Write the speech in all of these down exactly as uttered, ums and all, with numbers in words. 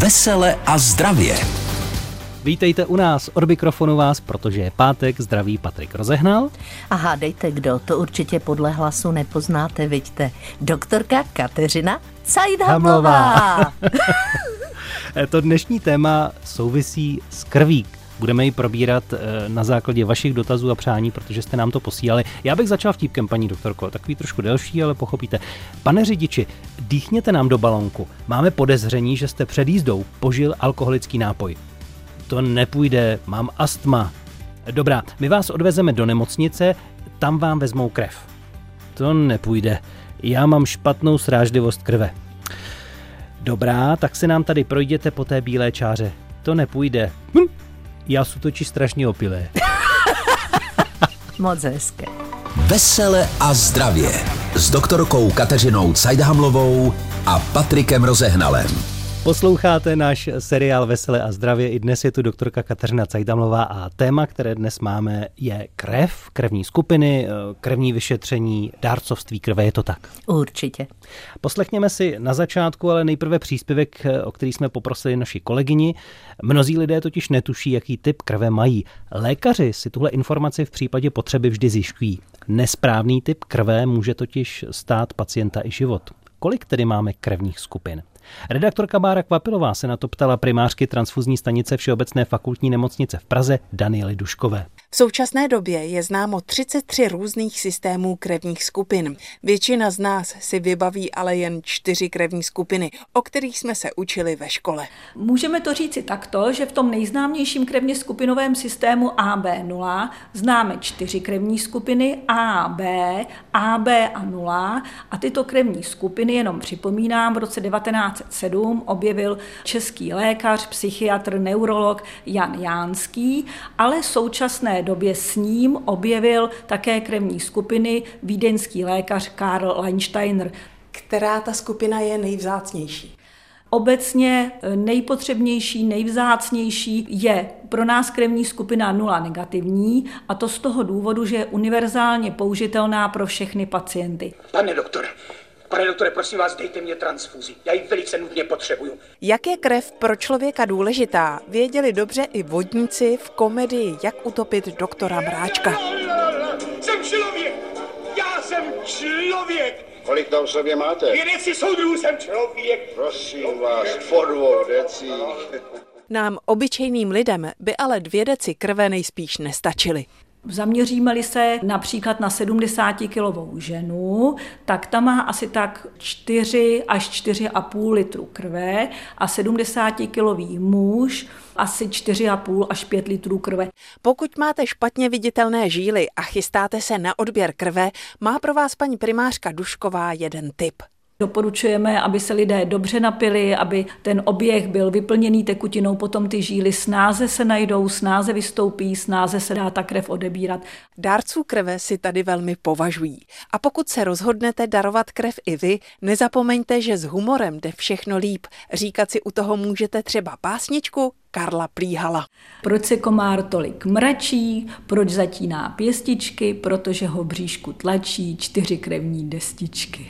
Vesele a zdravě. Vítejte u nás, od mikrofonu vás, protože je pátek, zdraví Patrik Rozehnal. A hádejte kdo, to určitě podle hlasu nepoznáte, vidíte. Doktorka Kateřina Cajdhamlová. To dnešní téma souvisí s krví. Budeme ji probírat na základě vašich dotazů a přání, protože jste nám to posílali. Já bych začal vtípkem, paní doktorko, takový trošku delší, ale pochopíte. Pane řidiči, dýchněte nám do balonku. Máme podezření, že jste před jízdou požil alkoholický nápoj. To nepůjde, mám astma. Dobrá, my vás odvezeme do nemocnice, tam vám vezmou krev. To nepůjde, já mám špatnou srážlivost krve. Dobrá, tak se nám tady projděte po té bílé čáře. To nepůjde. Hm, já jsou totiž strašně opilé. Moc hezké. Vesele a zdravě s doktorkou Kateřinou Cajdhamlovou a Patrikem Rozehnalem. Posloucháte náš seriál Vesele a zdravě. I dnes je tu doktorka Kateřina Cajdhamlová a téma, které dnes máme, je krev, krevní skupiny, krevní vyšetření, dárcovství krve, je to tak? Určitě. Poslechněme si na začátku, ale nejprve příspěvek, o který jsme poprosili naši kolegyni. Mnozí lidé totiž netuší, jaký typ krve mají. Lékaři si tuhle informaci v případě potřeby vždy zjišťují. Nesprávný typ krve může totiž stát pacienta i život. Kolik tedy máme krevních skupin? Redaktorka Bára Kvapilová se na to ptala primářky transfuzní stanice Všeobecné fakultní nemocnice v Praze Daniely Duškové. V současné době je známo třicet tři různých systémů krevních skupin. Většina z nás si vybaví ale jen čtyři krevní skupiny, o kterých jsme se učili ve škole. Můžeme to říci takto, že v tom nejznámějším krevně skupinovém systému A B nula známe čtyři krevní skupiny A, B, A, B a nula a tyto krevní skupiny, jenom připomínám, v roce devatenáct set sedm objevil český lékař, psychiatr, neurolog Jan Jánský, ale v současné době s ním objevil také krevní skupiny vídeňský lékař Karl Landsteiner. Která ta skupina je nejvzácnější? Obecně nejpotřebnější, nejvzácnější je pro nás krevní skupina nula negativní, a to z toho důvodu, že je univerzálně použitelná pro všechny pacienty. Pane doktore, Pane doktore, prosím vás, dejte mě transfuzi. Já ji velice nutně potřebuju. Jak je krev pro člověka důležitá, věděli dobře i vodníci v komedii Jak utopit doktora Mráčka. Jsem člověk! Já jsem člověk! Kolik tam v sobě máte? Dvě deci soudruhů, jsem člověk! Prosím vás, po dvou decích. Nám, obyčejným lidem, by ale dvě deci krve nejspíš nestačily. Zaměříme-li se například na sedmdesátikilovou ženu, tak ta má asi tak čtyři až čtyři a půl litru krve a sedmdesátikilový muž asi čtyři a půl až pět litrů krve. Pokud máte špatně viditelné žíly a chystáte se na odběr krve, má pro vás paní primářka Dušková jeden tip. Doporučujeme, aby se lidé dobře napili, aby ten oběh byl vyplněný tekutinou, potom ty žíly snáze se najdou, snáze vystoupí, snáze se dá ta krev odebírat. Dárců krve si tady velmi považují. A pokud se rozhodnete darovat krev i vy, nezapomeňte, že s humorem jde všechno líp. Říkat si u toho můžete třeba básničku Karla Plíhala. Proč se komár tolik mračí, proč zatíná pěstičky, protože ho bříšku tlačí čtyři krevní destičky.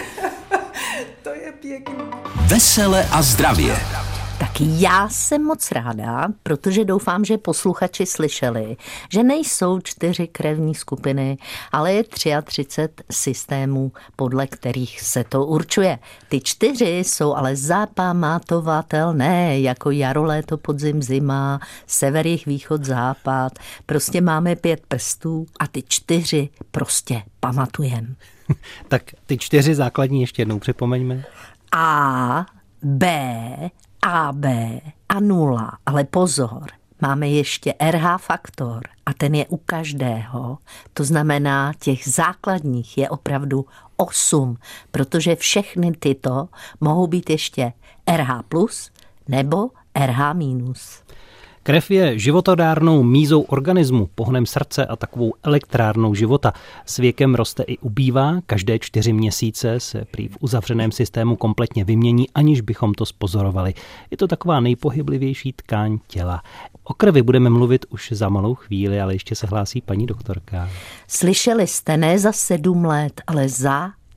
To je pěkný. Vesele a zdravě. Tak já jsem moc ráda, protože doufám, že posluchači slyšeli, že nejsou čtyři krevní skupiny, ale je třicet tři systémů, podle kterých se to určuje. Ty čtyři jsou ale zapamatovatelné, jako jaro, léto, podzim, zima, sever, jih, východ, západ. Prostě máme pět prstů a ty čtyři prostě pamatujeme. Tak ty čtyři základní ještě jednou připomeňme. A, B, A B a nula, ale pozor, máme ještě R H faktor a ten je u každého. To znamená, těch základních je opravdu osm, protože všechny tyto mohou být ještě R H plus nebo R H minus. Krev je životodárnou mízou organismu, pohnem srdce a takovou elektrárnou života. S věkem roste i ubývá, každé čtyři měsíce se prý v uzavřeném systému kompletně vymění, aniž bychom to spozorovali. Je to taková nejpohyblivější tkáň těla. O krvi budeme mluvit už za malou chvíli, ale ještě se hlásí paní doktorka. Slyšeli jste, ne za sedm let, ale za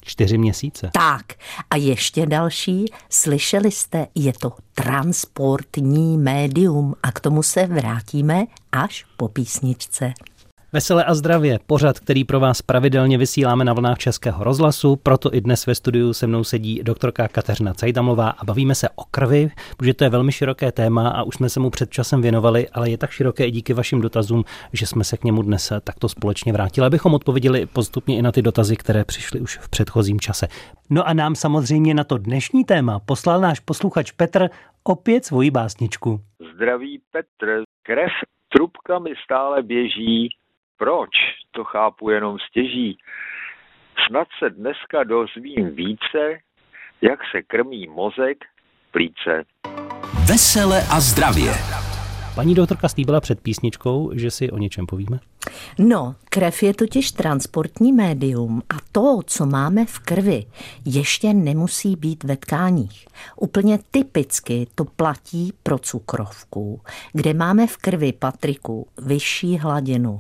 Čtyři měsíce. Tak. A ještě další, slyšeli jste, je to transportní médium a k tomu se vrátíme až po písničce. Vesele a zdravě, pořad, který pro vás pravidelně vysíláme na vlnách Českého rozhlasu, proto i dnes ve studiu se mnou sedí doktorka Kateřina Cajdamlová a bavíme se o krvi, protože to je velmi široké téma a už jsme se mu před časem věnovali, ale je tak široké i díky vašim dotazům, že jsme se k němu dnes takto společně vrátili, abychom odpověděli postupně i na ty dotazy, které přišly už v předchozím čase. No a nám samozřejmě na to dnešní téma poslal náš posluchač Petr opět svoji básničku. Zdraví Petr, krev trubkami stále běží. Proč? To chápu jenom stěží. Snad se dneska dozvím více, jak se krmí mozek plíce. Vesele a zdravě. Paní doktorka slíbila před písničkou, že si o něčem povíme. No, krev je totiž transportní médium a to, co máme v krvi, ještě nemusí být ve tkáních. Úplně typicky to platí pro cukrovku, kde máme v krvi, Patriku, vyšší hladinu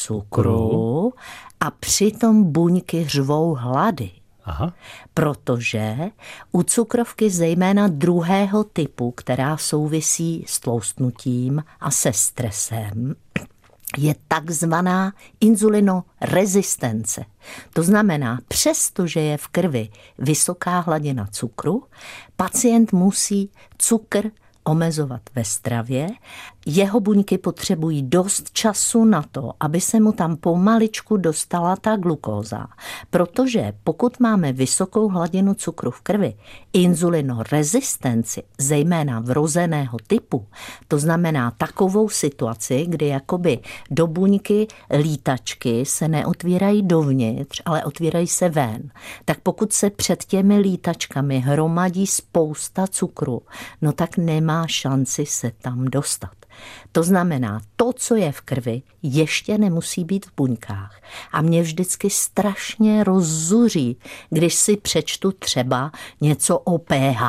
cukru a přitom buňky řvou hlady. Aha. Protože u cukrovky zejména druhého typu, která souvisí s tloustnutím a se stresem, je takzvaná inzulinorezistence. To znamená, přestože je v krvi vysoká hladina cukru, pacient musí cukr omezovat ve stravě. Jeho buňky potřebují dost času na to, aby se mu tam pomaličku dostala ta glukóza. Protože pokud máme vysokou hladinu cukru v krvi, inzulinorezistenci, zejména vrozeného typu, to znamená takovou situaci, kdy jakoby do buňky lítačky se neotvírají dovnitř, ale otvírají se ven. Tak pokud se před těmi lítačkami hromadí spousta cukru, no tak nemá šanci se tam dostat. To znamená, to, co je v krvi, ještě nemusí být v buňkách. A mě vždycky strašně rozzuří, když si přečtu třeba něco o pH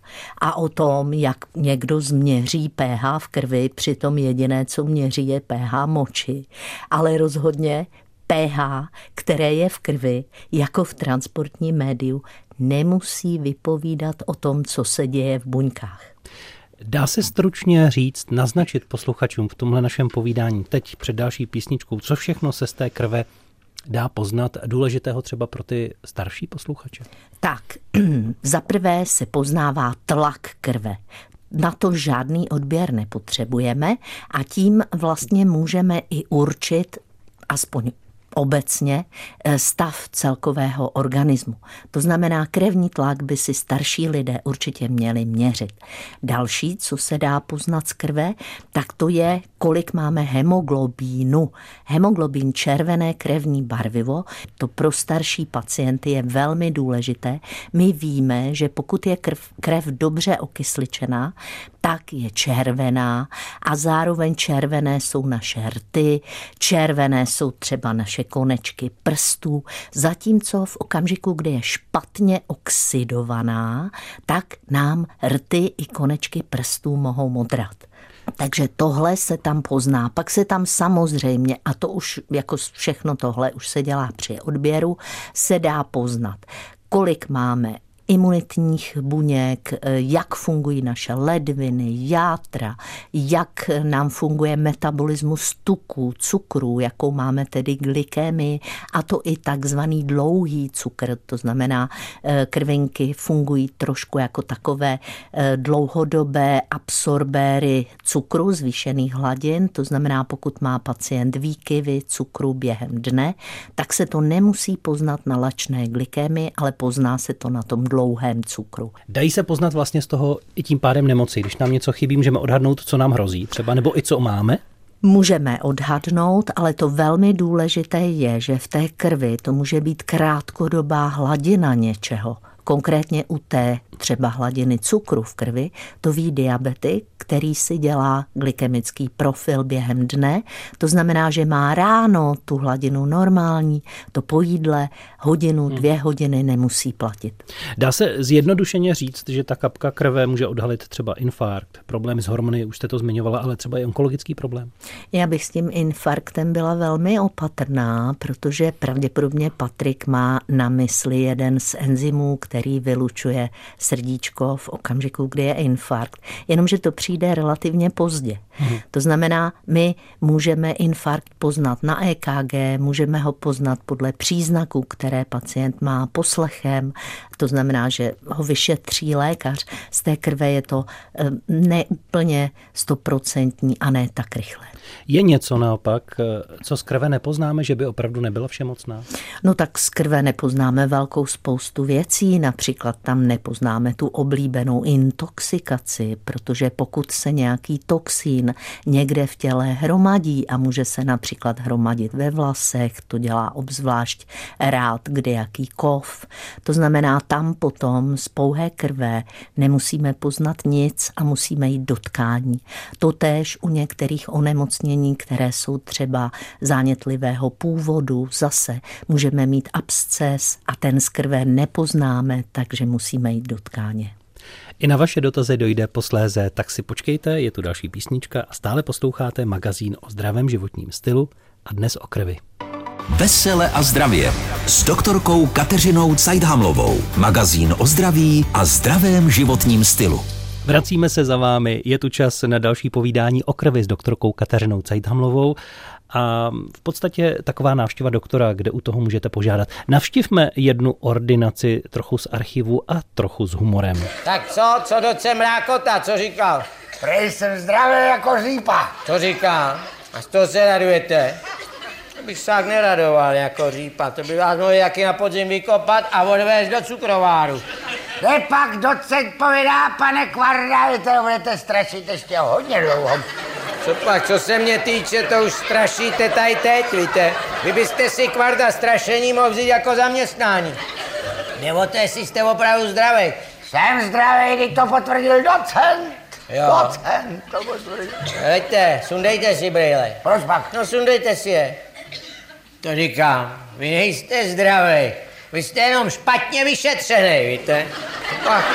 a o tom, jak někdo změří pH v krvi, přitom jediné, co měří, je pH moči. Ale rozhodně pH, které je v krvi, jako v transportním médiu, nemusí vypovídat o tom, co se děje v buňkách. Dá se stručně říct, naznačit posluchačům v tomhle našem povídání teď před další písničkou, co všechno se z té krve dá poznat důležitého třeba pro ty starší posluchače? Tak, za prvé se poznává tlak krve. Na to žádný odběr nepotřebujeme a tím vlastně můžeme i určit aspoň obecně stav celkového organismu. To znamená, krevní tlak by si starší lidé určitě měli měřit. Další, co se dá poznat z krve, tak to je, kolik máme hemoglobínu. Hemoglobín, červené krevní barvivo, to pro starší pacienty je velmi důležité. My víme, že pokud je krev, krev dobře okysličená, tak je červená a zároveň červené jsou naše rty, červené jsou třeba naše konečky prstů, zatímco v okamžiku, kdy je špatně oxidovaná, tak nám rty i konečky prstů mohou modrat. Takže tohle se tam pozná. Pak se tam samozřejmě, a to už jako všechno tohle už se dělá při odběru, se dá poznat, kolik máme imunitních buněk, jak fungují naše ledviny, játra, jak nám funguje metabolismus tuků, cukrů, jakou máme tedy glykémii, a to i takzvaný dlouhý cukr, to znamená krvinky fungují trošku jako takové dlouhodobé absorbéry cukru zvýšených hladin, to znamená, pokud má pacient výkyvy cukru během dne, tak se to nemusí poznat na lačné glykémii, ale pozná se to na tom dlouhém cukru. Dají se poznat vlastně z toho i tím pádem nemoci. Když nám něco chybí, můžeme odhadnout, co nám hrozí třeba, nebo i co máme? Můžeme odhadnout, ale to velmi důležité je, že v té krvi to může být krátkodobá hladina něčeho. Konkrétně u té třeba hladiny cukru v krvi, to ví diabetik, který si dělá glykemický profil během dne. To znamená, že má ráno tu hladinu normální, to po jídle hodinu, dvě hodiny nemusí platit. Dá se zjednodušeně říct, že ta kapka krve může odhalit třeba infarkt, problém s hormony, už jste to zmiňovala, ale třeba i onkologický problém? Já bych s tím infarktem byla velmi opatrná, protože pravděpodobně Patrik má na mysli jeden z enzymů, který vylučuje srdíčko v okamžiku, kdy je infarkt. Jenomže to přijde relativně pozdě. Hmm. To znamená, my můžeme infarkt poznat na E K G, můžeme ho poznat podle příznaků, které pacient má poslechem. To znamená, že ho vyšetří lékař. Z té krve je to neúplně stoprocentní a ne tak rychle. Je něco naopak, co z krve nepoznáme, že by opravdu nebyla všemocná? No tak z krve nepoznáme velkou spoustu věcí, například tam nepoznáme tu oblíbenou intoxikaci, protože pokud se nějaký toxín někde v těle hromadí a může se například hromadit ve vlasech, to dělá obzvlášť rád kdejaký kov. To znamená, tam potom z pouhé krve nemusíme poznat nic a musíme jít do tkání. Totéž u některých onemocnění, které jsou třeba zánětlivého původu, zase můžeme mít absces a ten z krve nepoznáme, takže musíme jít do tkáně. I na vaše dotazy dojde posléze, tak si počkejte, je tu další písnička a stále posloucháte magazín o zdravém životním stylu a dnes o krvi. Vesele a zdravě s doktorkou Kateřinou Cajdhamlovou. Magazín o zdraví a zdravém životním stylu. Vracíme se za vámi, je tu čas na další povídání o krvi s doktorkou Kateřinou Cajdhamlovou. A v podstatě taková návštěva doktora, kde u toho můžete požádat. Navštivme jednu ordinaci trochu z archivu a trochu s humorem. Tak co, co docent Mrákota, co říkal? Prej jsem zdravý jako řípa. Co říká? A z toho se radujete? To bych se tak neradoval jako řípa, to by vás mohli jaký na podzim vykopat a odvést do cukrováru. Kde pak docent povídá, pane Kvarda, vy to budete strašit ještě hodně dlouho. Co pak, co se mě týče, to už strašíte tady teď, víte. Vy byste si Kvarda strašení mohl vzít jako zaměstnání. Jde o to, jestli jste opravdu zdravý. Jsem zdravý, když to potvrdil docent. Jo. Docent to potvrdil. Hleďte, sundejte si brýle. Proč pak? No sundejte si je. To říkám, vy nejste zdravý. Vy jste jenom špatně vyšetřený, víte. Pak.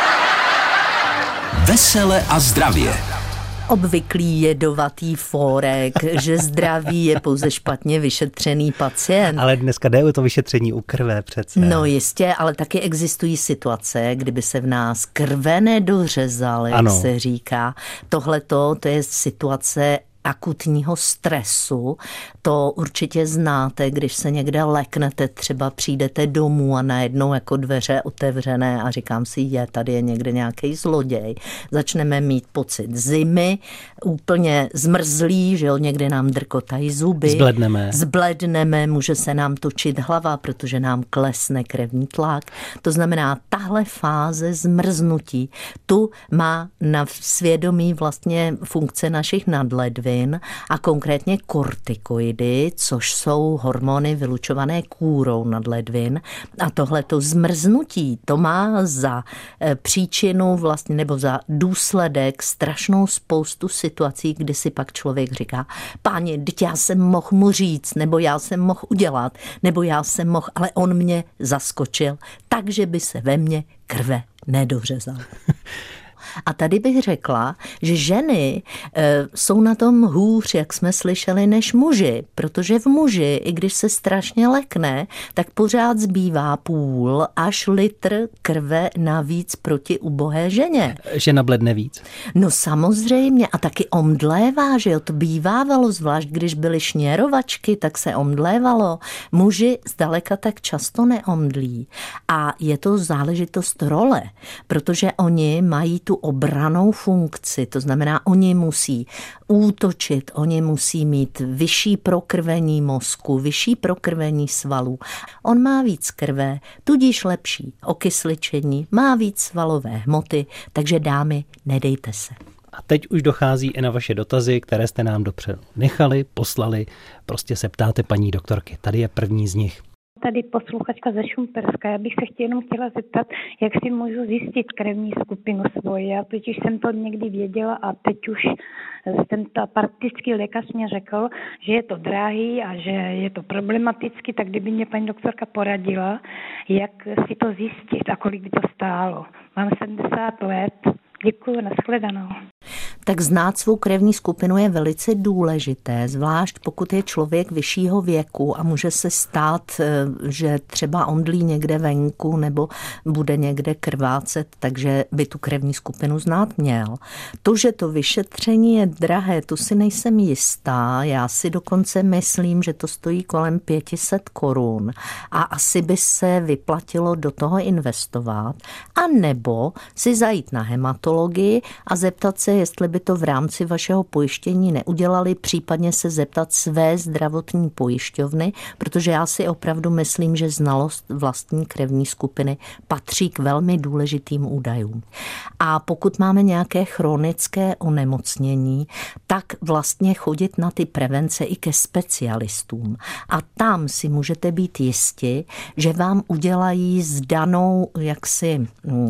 Vesele a zdravě. Obvyklý jedovatý fórek, že zdraví je pouze špatně vyšetřený pacient. Ale dneska jde o to vyšetření u krve přece. No jistě, ale taky existují situace, kdyby se v nás krve nedořezal, jak ano. se říká. Tohleto, to je situace akutního stresu. To určitě znáte, když se někde leknete, třeba přijdete domů a najednou jako dveře otevřené a říkám si, je, tady je někde nějaký zloděj. Začneme mít pocit zimy, úplně zmrzlý, že jo, někde nám drkotají zuby. Zbledneme. Zbledneme, může se nám točit hlava, protože nám klesne krevní tlak. To znamená, tahle fáze zmrznutí, tu má na svědomí vlastně funkce našich nadledvin a konkrétně kortikoidy, což jsou hormony vylučované kůrou nadledvin. A tohleto zmrznutí, to má za příčinu vlastně nebo za důsledek strašnou spoustu situací, kdy si pak člověk říká, páni, teď já jsem mohl mu říct, nebo já jsem mohl udělat, nebo já jsem mohl, ale on mě zaskočil, takže by se ve mně krve nedořezal. A tady bych řekla, že ženy e, jsou na tom hůř, jak jsme slyšeli, než muži, protože v muži, i když se strašně lekne, tak pořád zbývá půl až litr krve navíc proti ubohé ženě. Žena bledne víc? No samozřejmě a taky omdlévá, že jo, to bývávalo, zvlášť když byly šněrovačky, tak se omdlévalo. Muži zdaleka tak často neomdlí a je to záležitost role, protože oni mají tu obranou funkci, to znamená, oni musí útočit, oni musí mít vyšší prokrvení mozku, vyšší prokrvení svalů. On má víc krve, tudíž lepší okysličení, má víc svalové hmoty, takže dámy, nedejte se. A teď už dochází i na vaše dotazy, které jste nám dopředu nechali, poslali. Prostě se ptáte paní doktorky. Tady je první z nich. tady posluchačka ze Šumperska. Já bych se chtěla jenom chtěla zeptat, jak si můžu zjistit krevní skupinu svoji. Já totiž jsem to někdy věděla a teď už ten praktický lékař mě řekl, že je to drahý a že je to problematický, tak kdyby mě paní doktorka poradila, jak si to zjistit a kolik by to stálo. Mám sedmdesát let. Děkuji, nashledanou. Tak znát svou krevní skupinu je velice důležité, zvlášť pokud je člověk vyššího věku a může se stát, že třeba omdlí někde venku nebo bude někde krvácet, takže by tu krevní skupinu znát měl. To, že to vyšetření je drahé, tu si nejsem jistá. Já si dokonce myslím, že to stojí kolem pět set korun a asi by se vyplatilo do toho investovat, a nebo si zajít na hematologii a zeptat se, jestli by to v rámci vašeho pojištění neudělali, případně se zeptat své zdravotní pojišťovny, protože já si opravdu myslím, že znalost vlastní krevní skupiny patří k velmi důležitým údajům. A pokud máme nějaké chronické onemocnění, tak vlastně chodit na ty prevence i ke specialistům. A tam si můžete být jisti, že vám udělají s danou jaksi mm,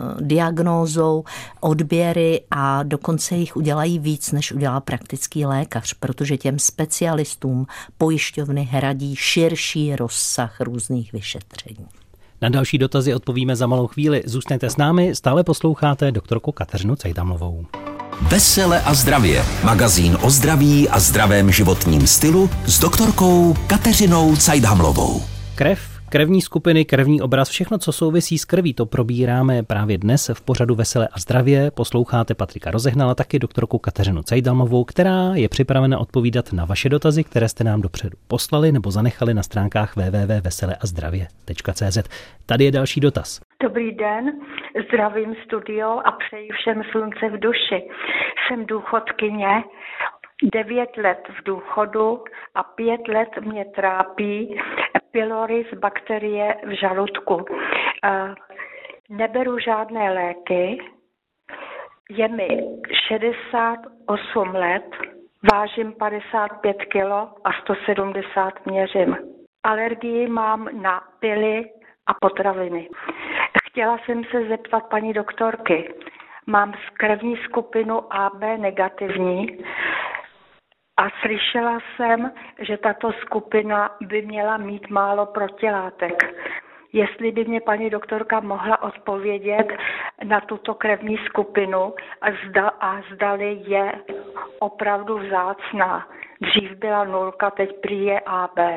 diagnózou odběry a dokonce jich udělají víc, než udělá praktický lékař, protože těm specialistům pojišťovny hradí širší rozsah různých vyšetření. Na další dotazy odpovíme za malou chvíli. Zůstaňte s námi, stále posloucháte doktorku Kateřinu Cajdamlovou. Vesele a zdravě. Magazín o zdraví a zdravém životním stylu s doktorkou Kateřinou Cajdamlovou. Krev, krevní skupiny, krevní obraz, všechno, co souvisí s krví, to probíráme právě dnes v pořadu Vesele a zdravě. Posloucháte Patrika Rozehnala, taky doktorku Kateřinu Cajdamlovou, která je připravena odpovídat na vaše dotazy, které jste nám dopředu poslali nebo zanechali na stránkách w w w tečka vesele a zdravě tečka c z. Tady je další dotaz. Dobrý den, zdravím studio a přeji všem slunce v duši. Jsem důchodkyně, devět let v důchodu a pět let mě trápí pylori z bakterie v žaludku. Neberu žádné léky, je mi šedesát osm let, vážím padesát pět kilo a sto sedmdesát měřím. Alergii mám na pily a potraviny. Chtěla jsem se zeptat paní doktorky, mám krevní skupinu A B negativní a slyšela jsem, že tato skupina by měla mít málo protilátek. Jestli by mě paní doktorka mohla odpovědět na tuto krevní skupinu a, zda, a zdali je opravdu vzácná. Dřív byla nulka, teď prý je A B.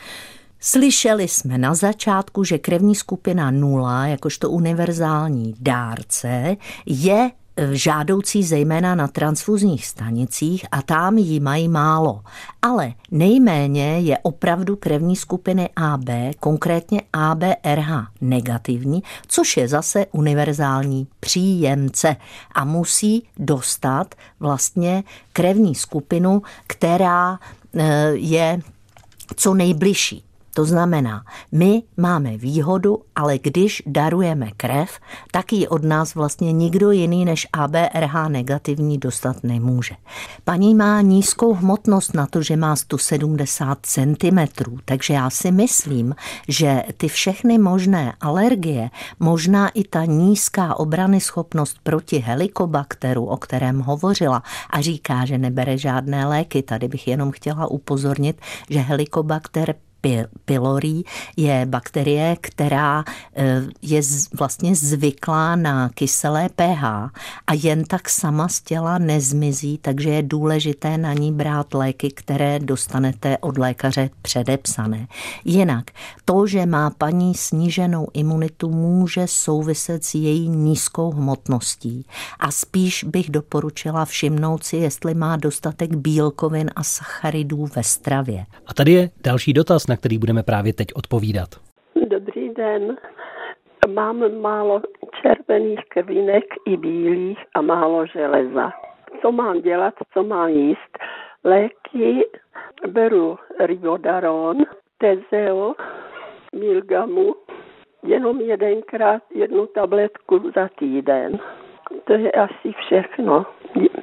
Slyšeli jsme na začátku, že krevní skupina nula, jakožto univerzální dárce, je žádoucí zejména na transfuzních stanicích a tam jí mají málo. Ale nejméně je opravdu krevní skupiny A B, konkrétně A B R H negativní, což je zase univerzální příjemce a musí dostat vlastně krevní skupinu, která je co nejbližší. To znamená, my máme výhodu, ale když darujeme krev, tak ji od nás vlastně nikdo jiný než A B R H negativní dostat nemůže. Paní má nízkou hmotnost na to, že má sto sedmdesát centimetrů, takže já si myslím, že ty všechny možné alergie, možná i ta nízká obranyschopnost proti helikobakteru, o kterém hovořila a říká, že nebere žádné léky, tady bych jenom chtěla upozornit, že helikobakter pylori je bakterie, která je vlastně zvyklá na kyselé pH a jen tak sama z těla nezmizí, takže je důležité na ní brát léky, které dostanete od lékaře předepsané. Jinak to, že má paní sníženou imunitu, může souviset s její nízkou hmotností a spíš bych doporučila všimnout si, jestli má dostatek bílkovin a sacharidů ve stravě. A tady je další dotaz, na který budeme právě teď odpovídat. Dobrý den. Mám málo červených krvinek i bílých a málo železa. Co mám dělat, co mám jíst? Léky beru Rivodaron, Tezeo, Milgamu, jenom jedenkrát jednu tabletku za týden. To je asi všechno.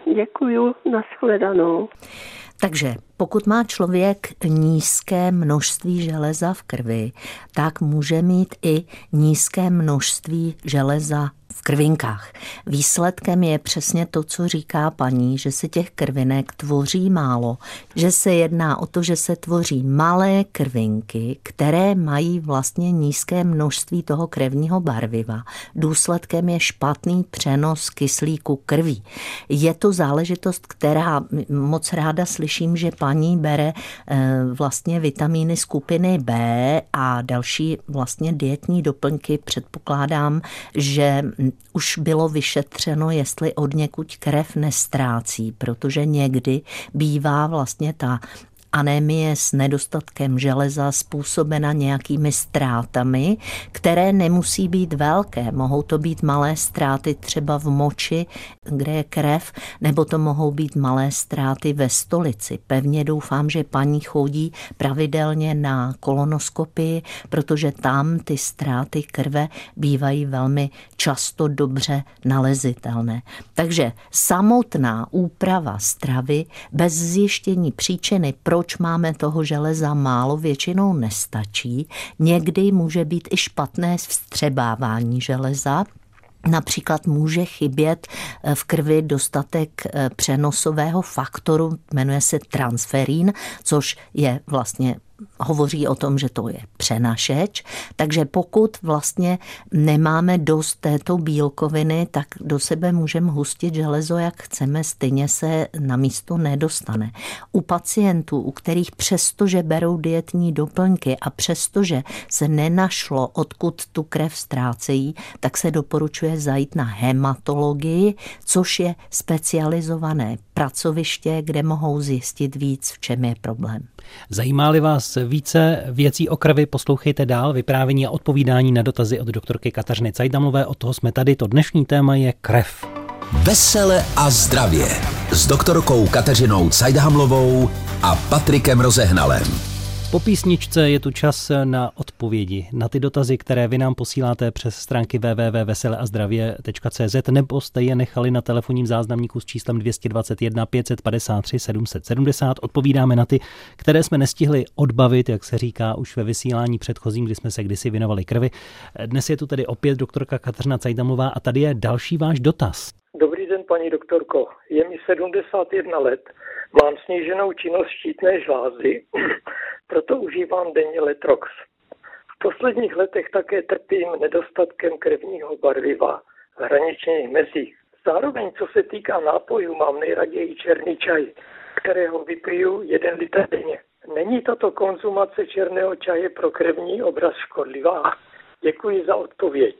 Děkuju, nashledanou. Takže pokud má člověk nízké množství železa v krvi, tak může mít i nízké množství železa v krvinkách. Výsledkem je přesně to, co říká paní, že se těch krvinek tvoří málo, že se jedná o to, že se tvoří malé krvinky, které mají vlastně nízké množství toho krevního barviva. Důsledkem je špatný přenos kyslíku krví. Je to záležitost, která moc ráda slyším, že paní bere vlastně vitamíny skupiny B a další vlastně dietní doplňky. Předpokládám, že už bylo vyšetřeno, jestli odněkud krev nestrácí, protože někdy bývá vlastně ta anémie s nedostatkem železa způsobena nějakými ztrátami, které nemusí být velké. Mohou to být malé ztráty třeba v moči, kde je krev, nebo to mohou být malé ztráty ve stolici. Pevně doufám, že paní chodí pravidelně na kolonoskopii, protože tam ty ztráty krve bývají velmi často dobře nalezitelné. Takže samotná úprava stravy bez zjištění příčiny, proč máme toho železa málo, většinou nestačí. Někdy může být i špatné vstřebávání železa. Například může chybět v krvi dostatek přenosového faktoru, jmenuje se transferín, což je vlastně hovoří o tom, že to je přenašeč, takže pokud vlastně nemáme dost této bílkoviny, tak do sebe můžeme hustit železo, jak chceme, stejně se na místo nedostane. U pacientů, u kterých přestože berou dietní doplňky a přestože se nenašlo, odkud tu krev ztrácejí, tak se doporučuje zajít na hematologii, což je specializované pracoviště, kde mohou zjistit víc, v čem je problém. Zajímá-li vás více věcí o krvi, poslouchejte dál vyprávění a odpovídání na dotazy od doktorky Kateřiny Cajdamlové. Od toho jsme tady, to dnešní téma je krev. Vesele a zdravě s doktorkou Kateřinou Cajdhamlovou a Patrikem Rozehnalem. Po písničce je tu čas na odpovědi na ty dotazy, které vy nám posíláte přes stránky w w w tečka vesele a zdravě tečka c z nebo jste je nechali na telefonním záznamníku s číslem dvě stě dvacet jedna pět set padesát tři sedm set sedmdesát. Odpovídáme na ty, které jsme nestihli odbavit, jak se říká už ve vysílání předchozím, kdy jsme se kdysi věnovali krvi. Dnes je tu tedy opět doktorka Kateřina Cajdamlová a tady je další váš dotaz. Dobrý den, paní doktorko. Je mi sedmdesát jedna let. Mám sníženou činnost štítné žlázy, proto užívám denně Letrox. V posledních letech také trpím nedostatkem krevního barviva v hraničních mezích. Zároveň, co se týká nápojů, mám nejraději černý čaj, kterého vypiju jeden litr denně. Není tato konzumace černého čaje pro krevní obraz škodlivá? Děkuji za odpověď.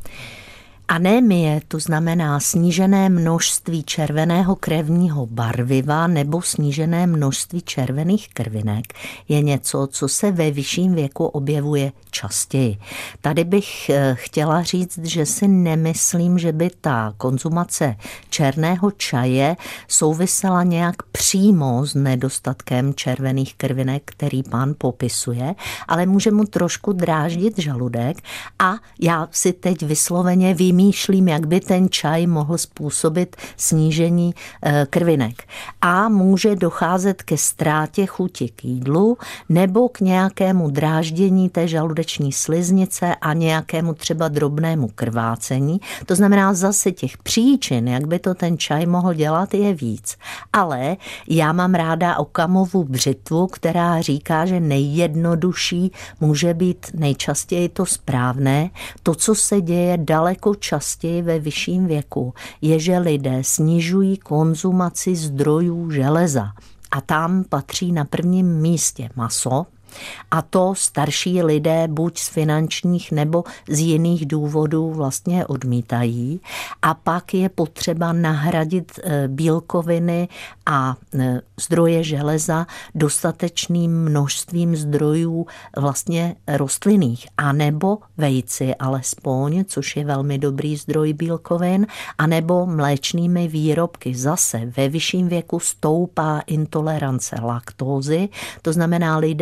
Anémie, to znamená snížené množství červeného krevního barviva nebo snížené množství červených krvinek, je něco, co se ve vyšším věku objevuje častěji. Tady bych chtěla říct, že si nemyslím, že by ta konzumace černého čaje souvisela nějak přímo s nedostatkem červených krvinek, který pán popisuje, ale může mu trošku dráždit žaludek a já si teď vysloveně vím, Vymýšlím, jak by ten čaj mohl způsobit snížení krvinek. A může docházet ke ztrátě chuti k jídlu nebo k nějakému dráždění té žaludeční sliznice a nějakému třeba drobnému krvácení. To znamená zase těch příčin, jak by to ten čaj mohl dělat, je víc. Ale já mám ráda Okamovu břitvu, která říká, že nejjednodušší může být nejčastěji to správné. To, co se děje daleko častěji ve vyšším věku, je, že lidé snižují konzumaci zdrojů železa. A tam patří na prvním místě maso, a to starší lidé buď z finančních nebo z jiných důvodů vlastně odmítají. A pak je potřeba nahradit bílkoviny a zdroje železa dostatečným množstvím zdrojů vlastně rostlinných. A nebo vejci alespoň, což je velmi dobrý zdroj bílkovin, a nebo mléčnými výrobky. Zase ve vyšším věku stoupá intolerance laktózy, to znamená lidé často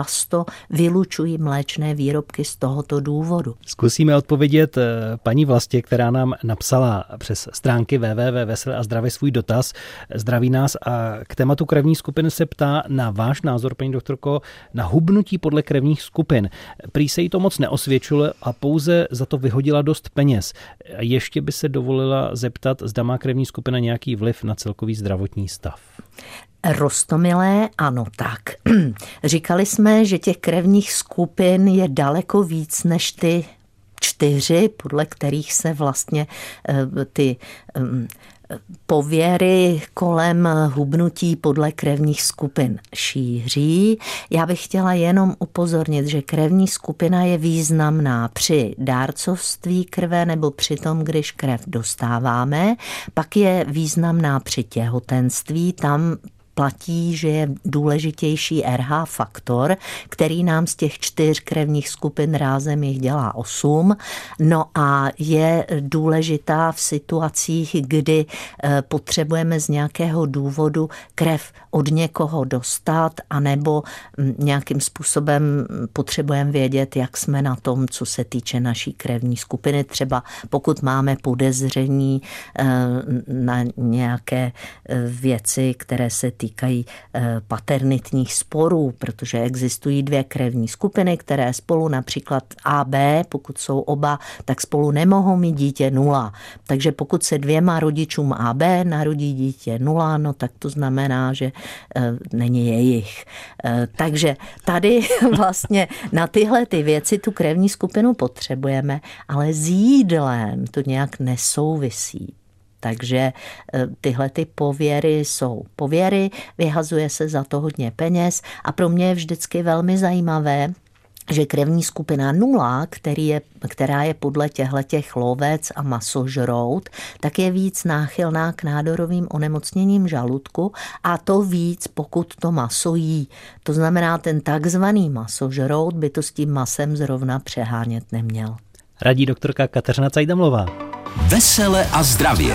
často vylučují mléčné výrobky z tohoto důvodu. Zkusíme odpovědět paní Vlastě, která nám napsala přes stránky w w w tečka vesele a zdravě svůj dotaz. Zdraví nás a k tématu krevní skupiny se ptá na váš názor, paní doktorko, na hubnutí podle krevních skupin. Prý se jí to moc neosvědčilo a pouze za to vyhodila dost peněz. Ještě by se dovolila zeptat, zda má krevní skupina nějaký vliv na celkový zdravotní stav. Roztomilé, ano, tak. Říkali jsme, že těch krevních skupin je daleko víc než ty čtyři, podle kterých se vlastně ty pověry kolem hubnutí podle krevních skupin šíří. Já bych chtěla jenom upozornit, že krevní skupina je významná při dárcovství krve nebo při tom, když krev dostáváme, pak je významná při těhotenství, tam platí, že je důležitější R H faktor, který nám z těch čtyř krevních skupin rázem jich dělá osm. No a je důležitá v situacích, kdy potřebujeme z nějakého důvodu krev od někoho dostat, anebo nějakým způsobem potřebujeme vědět, jak jsme na tom, co se týče naší krevní skupiny. Třeba pokud máme podezření na nějaké věci, které se týkají paternitních sporů, protože existují dvě krevní skupiny, které spolu například A B, pokud jsou oba, tak spolu nemohou mít dítě nula. Takže pokud se dvěma rodičům A B narodí dítě nula, no tak to znamená, že e, není jejich. E, takže tady vlastně na tyhle ty věci tu krevní skupinu potřebujeme, ale s jídlem to nějak nesouvisí. Takže tyhle ty pověry jsou pověry, vyhazuje se za to hodně peněz a pro mě je vždycky velmi zajímavé, že krevní skupina nula, který je, která je podle těchto lovec a masožrout, tak je víc náchylná k nádorovým onemocněním žaludku a to víc, pokud to maso jí. To znamená, ten takzvaný masožrout by to s tím masem zrovna přehánět neměl. Radí doktorka Kateřina Cajdamlová. Vesele a zdravě.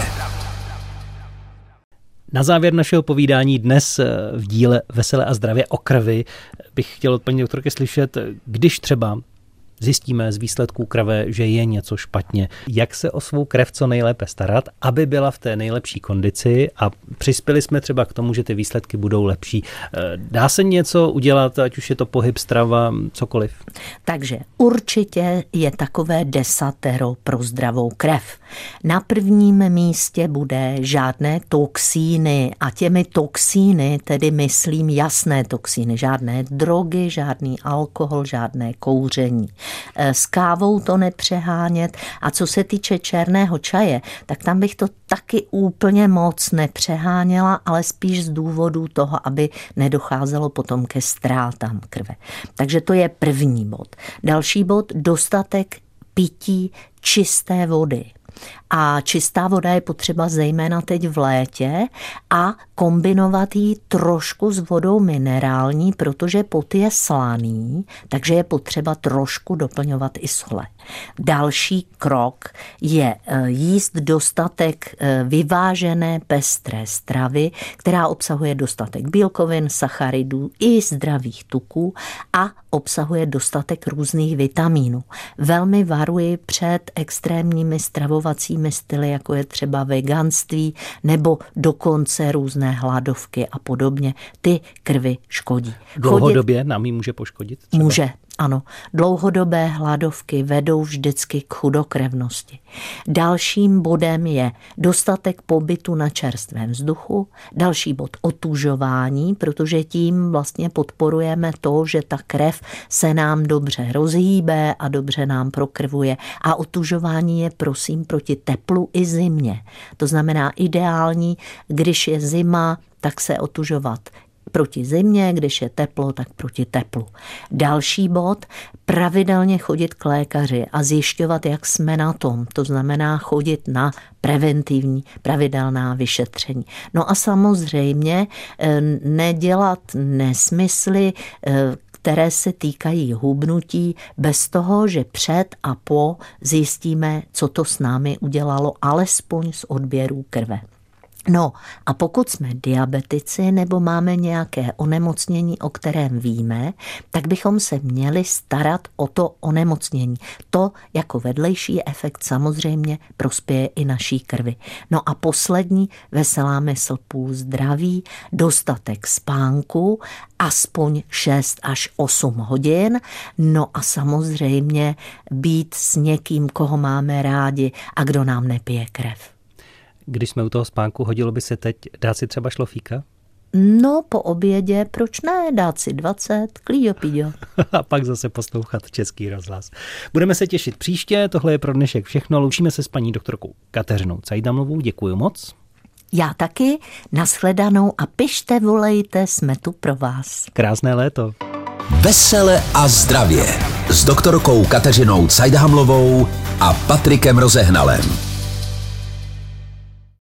Na závěr našeho povídání dnes v díle Vesele a zdravě o krvi bych chtěl od paní doktorky slyšet, když třeba zjistíme z výsledků krve, že je něco špatně, jak se o svou krev co nejlépe starat, aby byla v té nejlepší kondici a přispěli jsme třeba k tomu, že ty výsledky budou lepší. Dá se něco udělat, ať už je to pohyb, strava, cokoliv? Takže určitě je takové desatero pro zdravou krev. Na prvním místě bude žádné toxíny a těmi toxíny tedy myslím jasné toxíny, žádné drogy, žádný alkohol, žádné kouření. S kávou to nepřehánět a co se týče černého čaje, tak tam bych to taky úplně moc nepřeháněla, ale spíš z důvodu toho, aby nedocházelo potom ke ztrátám krve. Takže to je první bod. Další bod, dostatek pití čisté vody. A čistá voda je potřeba zejména teď v létě a kombinovat ji trošku s vodou minerální, protože pot je slaný, takže je potřeba trošku doplňovat i sole. Další krok je jíst dostatek vyvážené pestré stravy, která obsahuje dostatek bílkovin, sacharidů i zdravých tuků a obsahuje dostatek různých vitamínů. Velmi varuji před extrémními stravovacími styly, jako je třeba veganství nebo dokonce různé hladovky a podobně. Ty krvi škodí. Dlouhodobě nám ji může poškodit? Třeba? Může. Ano, dlouhodobé hladovky vedou vždycky k chudokrevnosti. Dalším bodem je dostatek pobytu na čerstvém vzduchu, další bod otužování, protože tím vlastně podporujeme to, že ta krev se nám dobře rozhýbe a dobře nám prokrvuje a otužování je prosím proti teplu i zimě. To znamená ideální, když je zima, tak se otužovat proti zimě, když je teplo, tak proti teplu. Další bod, pravidelně chodit k lékaři a zjišťovat, jak jsme na tom. To znamená chodit na preventivní, pravidelná vyšetření. No a samozřejmě nedělat nesmysly, které se týkají hubnutí, bez toho, že před a po zjistíme, co to s námi udělalo, alespoň z odběrů krve. No a pokud jsme diabetici nebo máme nějaké onemocnění, o kterém víme, tak bychom se měli starat o to onemocnění. To jako vedlejší efekt samozřejmě prospěje i naší krvi. No a poslední, veselá mysl, půl zdraví, dostatek spánku, aspoň šest až osm hodin, no a samozřejmě být s někým, koho máme rádi a kdo nám nepije krev. Když jsme u toho spánku, hodilo by se teď dát si třeba šlofíka? No, po obědě, proč ne, dát si dvacet, klíďo píďo. A pak zase poslouchat Český rozhlas. Budeme se těšit příště, tohle je pro dnešek všechno. Loučíme se s paní doktorkou Kateřinou Cajdhamlovou, děkuji moc. Já taky, nashledanou a pište, volejte, jsme tu pro vás. Krásné léto. Vesele a zdravě s doktorkou Kateřinou Cajdhamlovou a Patrikem Rozehnalem.